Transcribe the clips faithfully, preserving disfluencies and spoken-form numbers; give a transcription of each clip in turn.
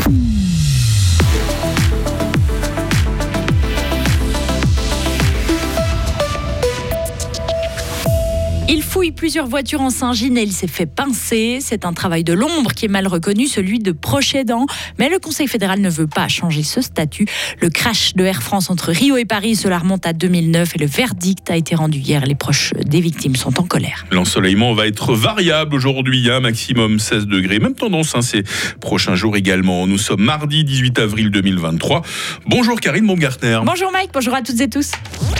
Il fouille plusieurs voitures en Saint-Gine et il s'est fait pincer. C'est un travail de l'ombre qui est mal reconnu, celui de proche aidant. Mais le Conseil fédéral ne veut pas changer ce statut. Le crash de Air France entre Rio et Paris, cela remonte à deux mille neuf et le verdict a été rendu hier. Les proches des victimes sont en colère. L'ensoleillement va être variable aujourd'hui, hein, maximum seize degrés. Même tendance hein, ces prochains jours également. Nous sommes mardi dix-huit avril deux mille vingt-trois. Bonjour Karine Baumgartner. Bonjour Mike, bonjour à toutes et tous.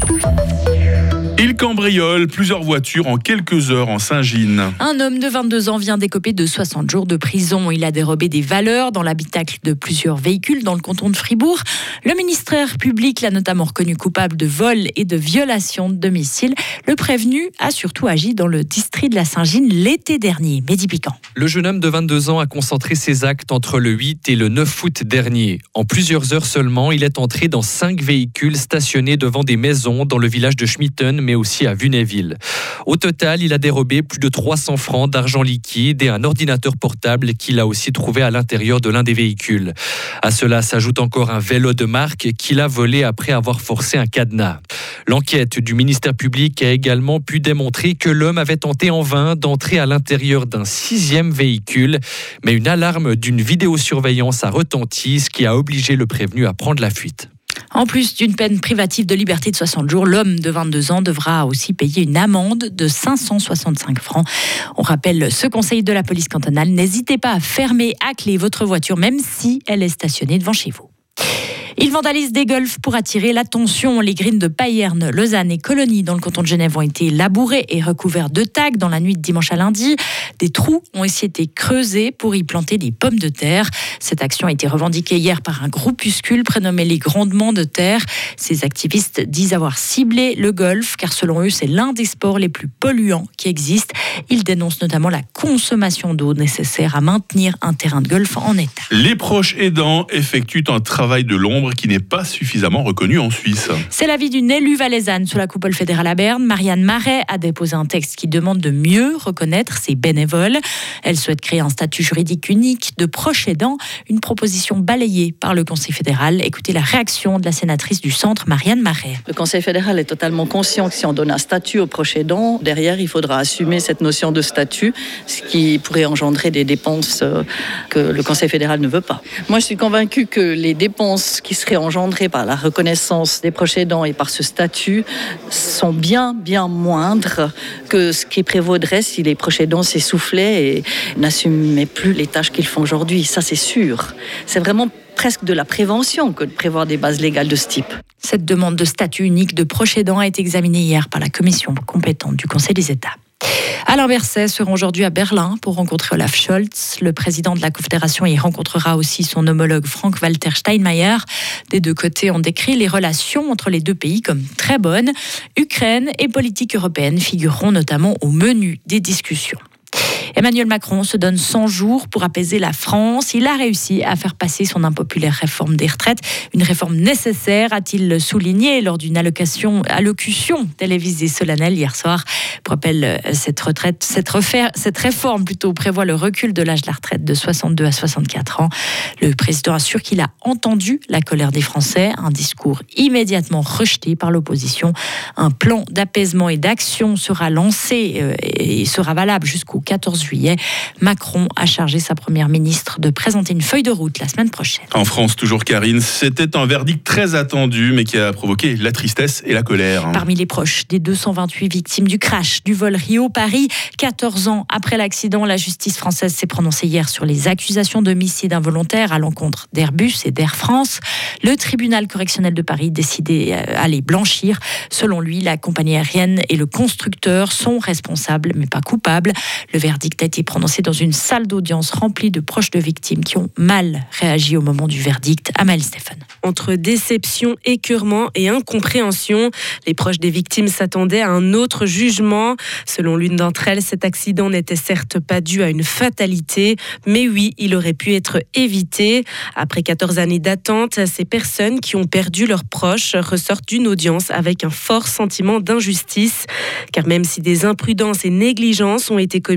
Il cambriole plusieurs voitures en quelques heures en Saint-Gine. Un homme de vingt-deux ans vient d'écoper de soixante jours de prison. Il a dérobé des valeurs dans l'habitacle de plusieurs véhicules dans le canton de Fribourg. Le ministère public l'a notamment reconnu coupable de vol et de violation de domicile. Le prévenu a surtout agi dans le district de la Saint-Gine l'été dernier. Mehdi Piquant. Le jeune homme de vingt-deux ans a concentré ses actes entre le huit et le neuf août dernier. En plusieurs heures seulement, il est entré dans cinq véhicules stationnés devant des maisons dans le village de Schmitten, mais aussi à Vunéville. Au total, il a dérobé plus de trois cents francs d'argent liquide et un ordinateur portable qu'il a aussi trouvé à l'intérieur de l'un des véhicules. À cela s'ajoute encore un vélo de marque qu'il a volé après avoir forcé un cadenas. L'enquête du ministère public a également pu démontrer que l'homme avait tenté en vain d'entrer à l'intérieur d'un sixième véhicule, mais une alarme d'une vidéosurveillance a retenti, ce qui a obligé le prévenu à prendre la fuite. En plus d'une peine privative de liberté de soixante jours, l'homme de vingt-deux ans devra aussi payer une amende de cinq cent soixante-cinq francs. On rappelle ce conseil de la police cantonale. N'hésitez pas à fermer à clé votre voiture, même si elle est stationnée devant chez vous. Ils vandalisent des golfs pour attirer l'attention. Les greens de Payerne, Lausanne et Colonie dans le canton de Genève ont été labourés et recouverts de tags dans la nuit de dimanche à lundi. Des trous ont aussi été creusés pour y planter des pommes de terre. Cette action a été revendiquée hier par un groupuscule prénommé les Grondements de Terre. Ces activistes disent avoir ciblé le golf car selon eux, c'est l'un des sports les plus polluants qui existent. Ils dénoncent notamment la consommation d'eau nécessaire à maintenir un terrain de golf en état. Les proches aidants effectuent un travail de l'ombre qui n'est pas suffisamment reconnu en Suisse. C'est l'avis d'une élue valaisanne sous la coupole fédérale à Berne. Marianne Marais a déposé un texte qui demande de mieux reconnaître ses bénévoles. Elle souhaite créer un statut juridique unique de proche aidant, une proposition balayée par le Conseil fédéral. Écoutez la réaction de la sénatrice du centre, Marianne Marais. Le Conseil fédéral est totalement conscient que si on donne un statut au proche aidant, derrière il faudra assumer cette notion de statut, ce qui pourrait engendrer des dépenses que le Conseil fédéral ne veut pas. Moi je suis convaincue que les dépenses qui seraient engendrées par la reconnaissance des proches aidants et par ce statut sont bien, bien moindres que ce qui prévaudrait si les proches aidants s'essoufflaient et n'assumaient plus les tâches qu'ils font aujourd'hui. Ça, c'est sûr. C'est vraiment presque de la prévention que de prévoir des bases légales de ce type. Cette demande de statut unique de proche aidant a été examinée hier par la commission compétente du Conseil des États. Alain Berset sera aujourd'hui à Berlin pour rencontrer Olaf Scholz. Le président de la Confédération y rencontrera aussi son homologue Frank-Walter Steinmeier. Des deux côtés, on décrit les relations entre les deux pays comme très bonnes. Ukraine et politique européenne figureront notamment au menu des discussions. Emmanuel Macron se donne cent jours pour apaiser la France. Il a réussi à faire passer son impopulaire réforme des retraites. Une réforme nécessaire, a-t-il souligné lors d'une allocation, allocution télévisée solennelle hier soir. Pour rappel, cette, retraite, cette, refaire, cette réforme plutôt prévoit le recul de l'âge de la retraite de soixante-deux à soixante-quatre ans. Le président assure qu'il a entendu la colère des Français. Un discours immédiatement rejeté par l'opposition. Un plan d'apaisement et d'action sera lancé et sera valable jusqu'au quatorze juillet. Macron a chargé sa première ministre de présenter une feuille de route la semaine prochaine. En France, toujours Karine, c'était un verdict très attendu, mais qui a provoqué la tristesse et la colère. Parmi les proches des deux cent vingt-huit victimes du crash du vol Rio-Paris, quatorze ans après l'accident, la justice française s'est prononcée hier sur les accusations d'homicide involontaire à l'encontre d'Airbus et d'Air France. Le tribunal correctionnel de Paris décidait à les blanchir. Selon lui, la compagnie aérienne et le constructeur sont responsables, mais pas coupables. Le verdict a été prononcé dans une salle d'audience remplie de proches de victimes qui ont mal réagi au moment du verdict. Amael Stéphane. Entre déception, écœurement et incompréhension, les proches des victimes s'attendaient à un autre jugement. Selon l'une d'entre elles, cet accident n'était certes pas dû à une fatalité, mais oui, il aurait pu être évité. Après quatorze années d'attente, ces personnes qui ont perdu leurs proches ressortent d'une audience avec un fort sentiment d'injustice. Car même si des imprudences et négligences ont été commises,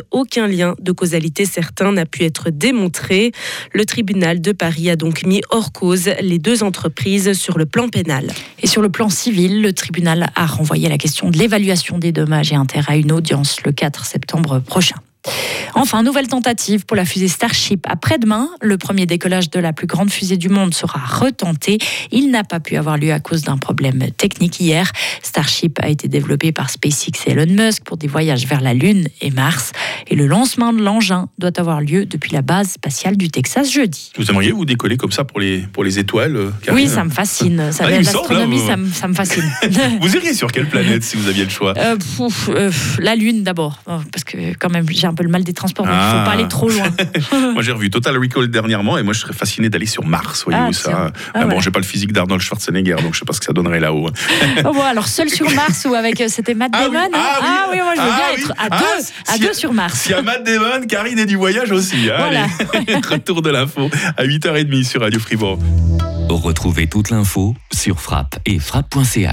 aucun lien de causalité certain n'a pu être démontré. Le tribunal de Paris a donc mis hors cause les deux entreprises sur le plan pénal. Et sur le plan civil, le tribunal a renvoyé la question de l'évaluation des dommages et intérêts à une audience le quatre septembre prochain. Enfin, nouvelle tentative pour la fusée Starship. Après-demain, le premier décollage de la plus grande fusée du monde sera retenté. Il n'a pas pu avoir lieu à cause d'un problème technique hier. Starship a été développé par SpaceX et Elon Musk pour des voyages vers la Lune et Mars. Et le lancement de l'engin doit avoir lieu depuis la base spatiale du Texas jeudi. Vous aimeriez vous décoller comme ça pour les, pour les étoiles, Karine ? Oui, ça me fascine. Ça, Ah, l'astronomie, semble, hein, ça, me, ça me fascine. Vous iriez sur quelle planète si vous aviez le choix ? euh, pff, euh, la Lune d'abord, parce que quand même j'ai un peu le mal des transports, donc il Ah. ne faut pas aller trop loin. Moi, j'ai revu Total Recall dernièrement et moi, je serais fasciné d'aller sur Mars, voyez-vous Ah, ça. tiens. Ah, Ah, bon, voilà. j'ai pas le physique d'Arnold Schwarzenegger, donc je sais pas ce que ça donnerait là-haut. Oh, bon, alors seul sur Mars ou avec euh, c'était Matt Ah oui, Damon hein ah oui. moi je veux Ah bien oui. être à Ah, deux, à si- deux sur Mars. S'il y a Matt Damon, Karine est du voyage aussi. Hein, Voilà. allez. Retour de l'info à huit heures trente sur Radio Fribourg. Retrouvez toute l'info sur Frappe et frappe point c h.